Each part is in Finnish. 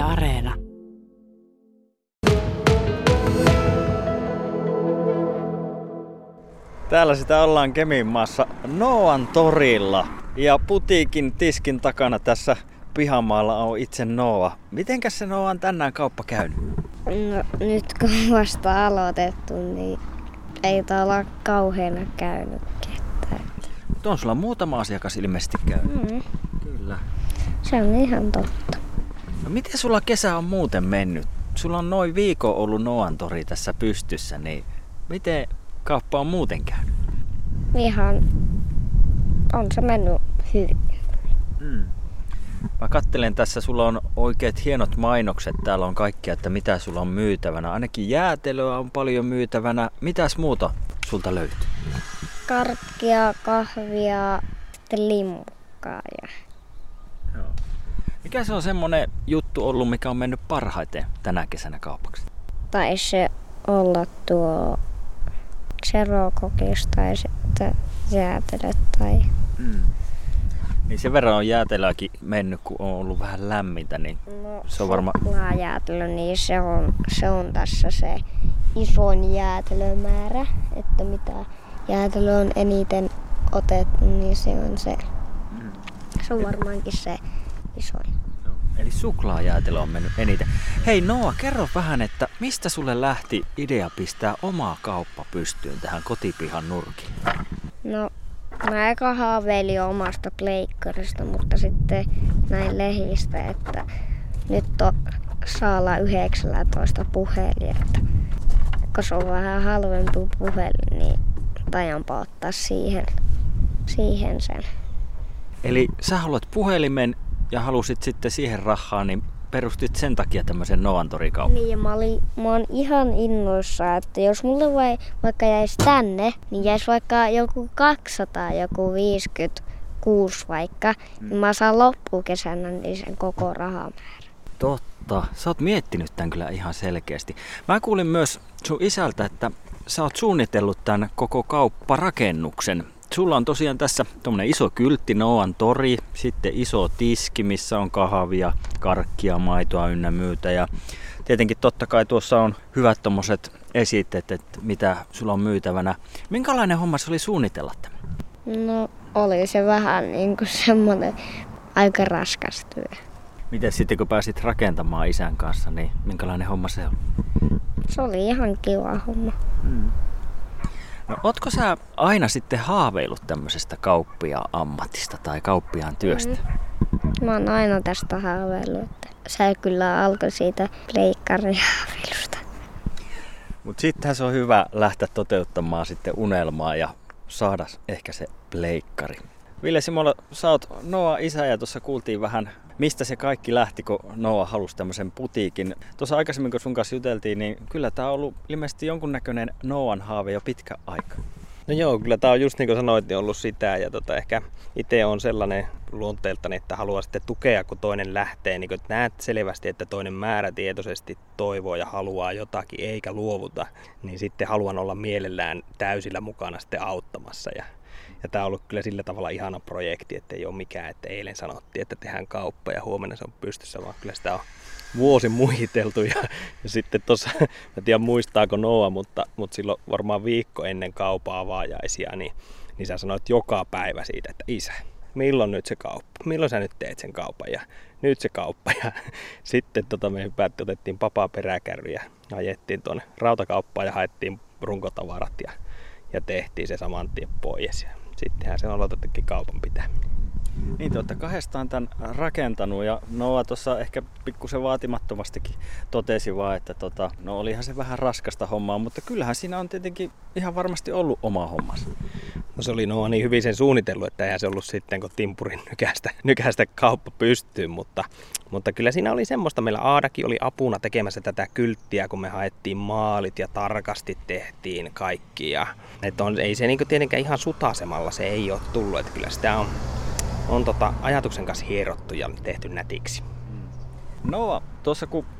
Areena. Täällä sitä ollaan Keminmaassa Nooan torilla ja putiikin tiskin takana tässä pihamaalla on itse Nooa. Mitenkäs se Nooan tänään kauppa käynyt? No, nyt kun on vasta aloitettu, niin ei täällä kauheena käynyt ketään. Mutta on sulla muutama asiakas ilmeisesti käynyt. Kyllä. Se on ihan totta. No miten sulla kesä on muuten mennyt? Sulla on noin viikon ollut Nooan tori tässä pystyssä, niin miten kauppa on muuten käynyt? Ihan on se mennyt hyvin. Mä katselen tässä, sulla on oikeat hienot mainokset. Täällä on kaikkea, että mitä sulla on myytävänä. Ainakin jäätelöä on paljon myytävänä. Mitäs muuta sulta löytyy? Karkkia, kahvia, sitten limukkaa. Joo. Mikä se on semmonen juttu ollut, mikä on mennyt parhaiten tänä kesänä kaupaksi? Taisi se olla tuo Zerokokis tai sitten jäätelöt tai... Niin sen verran on jäätelöäkin mennyt, kun on ollut vähän lämmintä, niin se on varmaan... Suklaajäätelö, niin se on tässä se isoin jäätelömäärä, että mitä jäätelö on eniten otettu, niin se on se. Se on varmaankin se isoin. Eli suklaajäätelö on mennyt eniten. Hei Nooa, kerro vähän, että mistä sulle lähti idea pistää omaa kauppa pystyyn tähän kotipihan nurkiin? No, mä eka haaveilin omasta pleikkarista, mutta sitten näin lehdistä, että nyt saa olla 19 puhelin, että kun se on vähän halvempi puhelin, niin tajanpa ottaa siihen sen. Eli sä haluat puhelimen ja halusit sitten siihen rahaa, niin perustit sen takia tämmöisen Nooan torikaupan. Niin, ja mä oon ihan innoissa, että jos mulle vaikka jäisi tänne, niin jäisi vaikka joku 200, joku 56 vaikka, niin mä saan loppukesänä niin sen koko rahamäärän. Totta. Sä oot miettinyt tän kyllä ihan selkeästi. Mä kuulin myös sun isältä, että sä oot suunnitellut tän koko kaupparakennuksen. Sulla on tosiaan tässä tommonen iso kyltti, Nooan tori, sitten iso tiski, missä on kahvia, karkkia, maitoa ynnä myytä. Ja tietenkin totta kai tuossa on hyvät tommoset esitteet, että mitä sulla on myytävänä. Minkälainen homma se oli suunnitella tämä? No, oli se vähän niin kuin semmoinen aika raskas työ. Miten sitten kun pääsit rakentamaan isän kanssa, niin minkälainen homma se on? Se oli ihan kiva homma. No, ootko sä aina sitten haaveillut tämmöisestä kauppiaan-ammatista tai kauppiaan työstä? Mä oon aina tästä haaveillut, että se kyllä alkoi siitä pleikkarin haaveilusta. Mut sittenhän se on hyvä lähteä toteuttamaan sitten unelmaa ja saada ehkä se pleikkari. Ville Simola, sä oot Nooan isä ja tuossa kuultiin vähän, mistä se kaikki lähti, kun Nooa halusi tämmöisen putiikin. Tuossa aikaisemmin, kun sun kanssa juteltiin, niin kyllä tää on ollut ilmeisesti jonkunnäköinen Nooan haave jo pitkä aika. No joo, kyllä tää on just niin kuin sanoit, niin ollut sitä ja ehkä itse on sellainen luonteeltani, että haluaa sitten tukea, kun toinen lähtee. Niin kun näet selvästi, että toinen määrätietoisesti toivoo ja haluaa jotakin eikä luovuta, niin sitten haluan olla mielellään täysillä mukana sitten auttamassa. Ja tämä on ollut kyllä sillä tavalla ihana projekti, että ei ole mikään, että eilen sanottiin, että tehdään kauppa ja huomenna se on pystyssä, vaan kyllä sitä on vuosi muhiteltu. Ja sitten tuossa, en tiedä muistaako Nooa, mutta silloin varmaan viikko ennen kaupan avaajaisia, niin sä sanoit joka päivä siitä, että isä, milloin nyt se kauppa? Milloin sä nyt teet sen kaupan? Ja nyt se kauppa. Ja sitten me otettiin papaa peräkärry ja ajettiin tuonne rautakauppaan ja haettiin runkotavarat ja tehtiin se saman tien pois. Ja sittenhän se aloitettiin kaupan pitäminen. Niin, te olette kahdestaan tämän rakentanut ja Nooa tuossa ehkä pikkusen vaatimattomastikin totesi vaan, että no olihan se vähän raskasta hommaa, mutta kyllähän siinä on tietenkin ihan varmasti ollut oma hommas. No se oli Nooa niin hyvin sen suunnitellut, että eihän se ollut sitten kun timpurin nykästä kauppa pystyyn, mutta kyllä siinä oli semmoista. Meillä Aadakin oli apuna tekemässä tätä kylttiä, kun me haettiin maalit ja tarkasti tehtiin kaikki. Ei se niin tietenkään ihan sutasemalla se ei ole tullut, että kyllä sitä on ajatuksen kanssa hierottu ja tehty nätiksi. Nooa, tuossa kun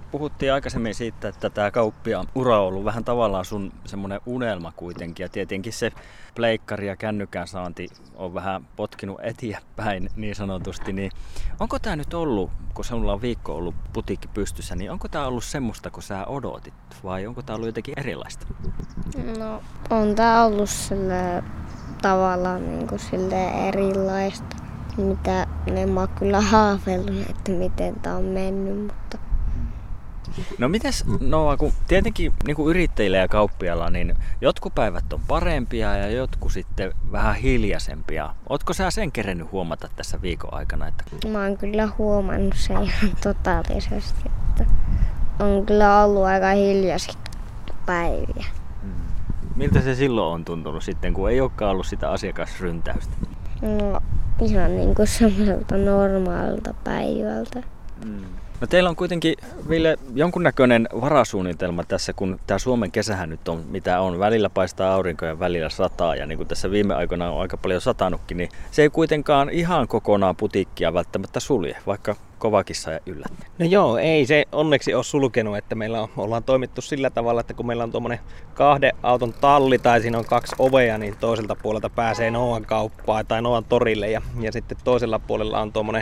puhuttiin aikaisemmin siitä, että tämä kauppiaan ura on ollut vähän tavallaan sun semmoinen unelma kuitenkin. Ja tietenkin se pleikkari ja kännykän saanti on vähän potkinut eteenpäin niin sanotusti. Niin onko tämä nyt ollut, kun sinulla on viikko ollut putiikki pystyssä, niin onko tämä ollut semmoista, kun sä odotit? Vai onko tämä ollut jotenkin erilaista? No, on tämä ollut sille tavallaan niin kuin sille erilaista, mitä en mä kyllä haaveillut, että miten tämä on mennyt, mutta... No mites Noa, kun tietenkin niin kuin yrittäjillä ja kauppialla, niin jotkut päivät on parempia ja jotkut sitten vähän hiljaisempia. Ootko sä sen kerennyt huomata tässä viikon aikana? Että... Mä oon kyllä huomannut sen ihan totaalisesti, että on kyllä ollut aika hiljaisia päiviä. Miltä se silloin on tuntunut sitten, kun ei olekaan ollut sitä asiakasryntäystä? No ihan niin kuin semmoiselta normaalilta päivältä. No teillä on kuitenkin, Ville, jonkunnäköinen varasuunnitelma tässä, kun tämä Suomen kesähän nyt on mitä on. Välillä paistaa aurinko ja välillä sataa ja niin kuin tässä viime aikoina on aika paljon satanutkin, niin se ei kuitenkaan ihan kokonaan putiikkia välttämättä sulje, vaikka kovakissa ja yllättäen. No joo, ei se onneksi ole sulkenut, että meillä ollaan toimittu sillä tavalla, että kun meillä on tuommoinen 2 auton talli tai siinä on 2 ovea, niin toiselta puolelta pääsee Noan kauppaan tai Noan torille ja sitten toisella puolella on tuommoinen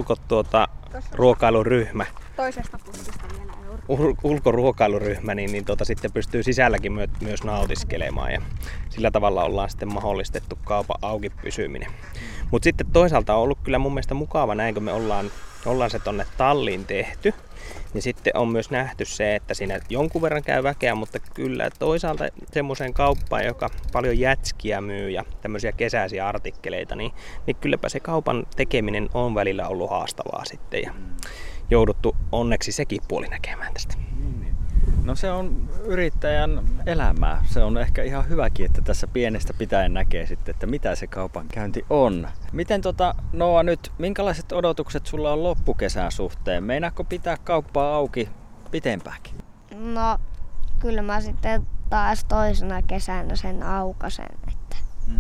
ruokailuryhmä. Toisesta puolesta vielä ulkoruokailuryhmä, niin sitten pystyy sisälläkin myös nautiskelemaan ja sillä tavalla ollaan sitten mahdollistettu kaupan auki pysyminen. Mutta sitten toisaalta on ollut kyllä mun mielestä mukava näin, kun me ollaan se tonne talliin tehty, niin sitten on myös nähty se, että siinä jonkun verran käy väkeä, mutta kyllä toisaalta semmoiseen kauppaan, joka paljon jätskiä myy ja tämmöisiä kesäisiä artikkeleita, niin kylläpä se kaupan tekeminen on välillä ollut haastavaa sitten ja jouduttu onneksi sekin puoli näkemään tästä. No se on yrittäjän elämää. Se on ehkä ihan hyväkin, että tässä pienestä pitäen näkee sitten, että mitä se kaupan käynti on. Miten Noa nyt, minkälaiset odotukset sulla on loppukesän suhteen? Meinaatko pitää kauppaa auki pitempäänkin? No kyllä mä sitten taas toisena kesänä sen aukasen. Että...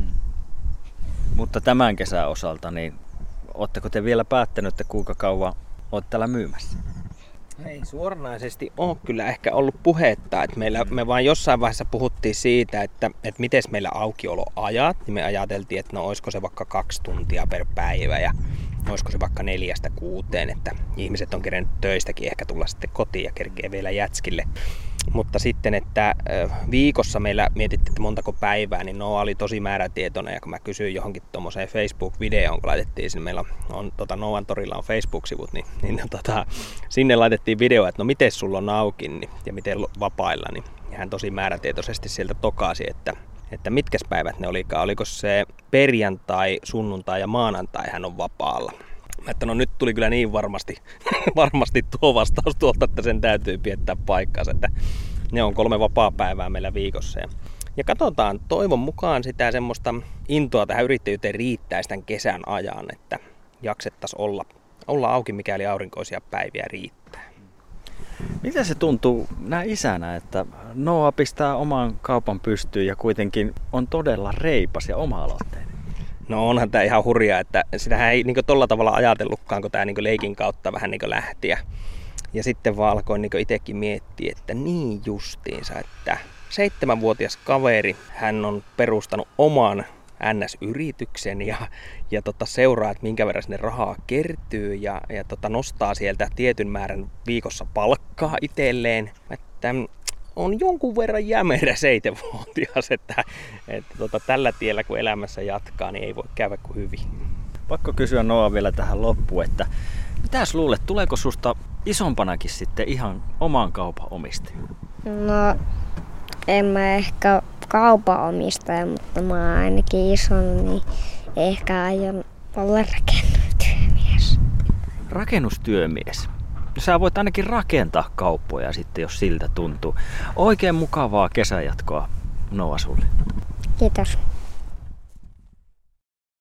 Mutta tämän kesän osalta, niin ootteko te vielä päättänyt, että kuinka kauan oot täällä myymässä? Ei suoranaisesti ole kyllä ehkä ollut puhetta, että me vaan jossain vaiheessa puhuttiin siitä, että miten meillä aukioloajat, niin me ajateltiin, että no olisiko se vaikka 2 tuntia per päivä ja olisiko se vaikka 4-6, että ihmiset on kerennyt töistäkin ehkä tulla sitten kotiin ja kerkee vielä jätskille. Mutta sitten, että viikossa meillä mietittiin, että montako päivää, niin Noa oli tosi määrätietoinen. Ja kun mä kysyin johonkin tuommoiseen Facebook-videoon, kun laitettiin sinne, meillä on Noan torilla on Facebook-sivut, niin sinne laitettiin video, että no miten sulla on auki ja miten vapailla. Niin hän tosi määrätietoisesti sieltä tokaasi, että mitkäs päivät ne olikaan. Oliko se perjantai, sunnuntai ja maanantai hän on vapaalla. Että no nyt tuli kyllä niin varmasti tuo vastaus tuolta, että sen täytyy piettää paikkansa, että ne on 3 vapaapäivää meillä viikossa. Ja katsotaan, toivon mukaan sitä semmoista intoa tähän yrittäjyyteen riittäisi tämän kesän ajan, että jaksettaisiin olla auki, mikäli aurinkoisia päiviä riittää. Mitä se tuntuu näin isänä, että Noa pistää oman kaupan pystyyn ja kuitenkin on todella reipas ja oma-aloitteinen? No onhan tämä ihan hurjaa, että sitähän ei niin tolla tavalla ajatellutkaan, kun tämä niin leikin kautta vähän niin lähti. Ja sitten vaan alkoin niin itsekin miettiä, että niin justiinsa, että 7-vuotias kaveri, hän on perustanut oman NS-yrityksen ja seuraa, että minkä verran sinne rahaa kertyy ja nostaa sieltä tietyn määrän viikossa palkkaa itselleen. Että on jonkun verran jämerä 7-vuotias, että tällä tiellä kun elämässä jatkaa, niin ei voi käydä kuin hyvin. Pakko kysyä Noa vielä tähän loppuun, että mitäs luulet, tuleeko susta isompanakin sitten ihan oman kaupan omistaja? No en mä ehkä kaupan omistaja, mutta mä oon ainakin ison, niin ehkä aion olla rakennustyömies. Rakennustyömies? Sä voit ainakin rakentaa kauppoja sitten, jos siltä tuntuu. Oikein mukavaa kesäjatkoa, Noa, sulle. Kiitos.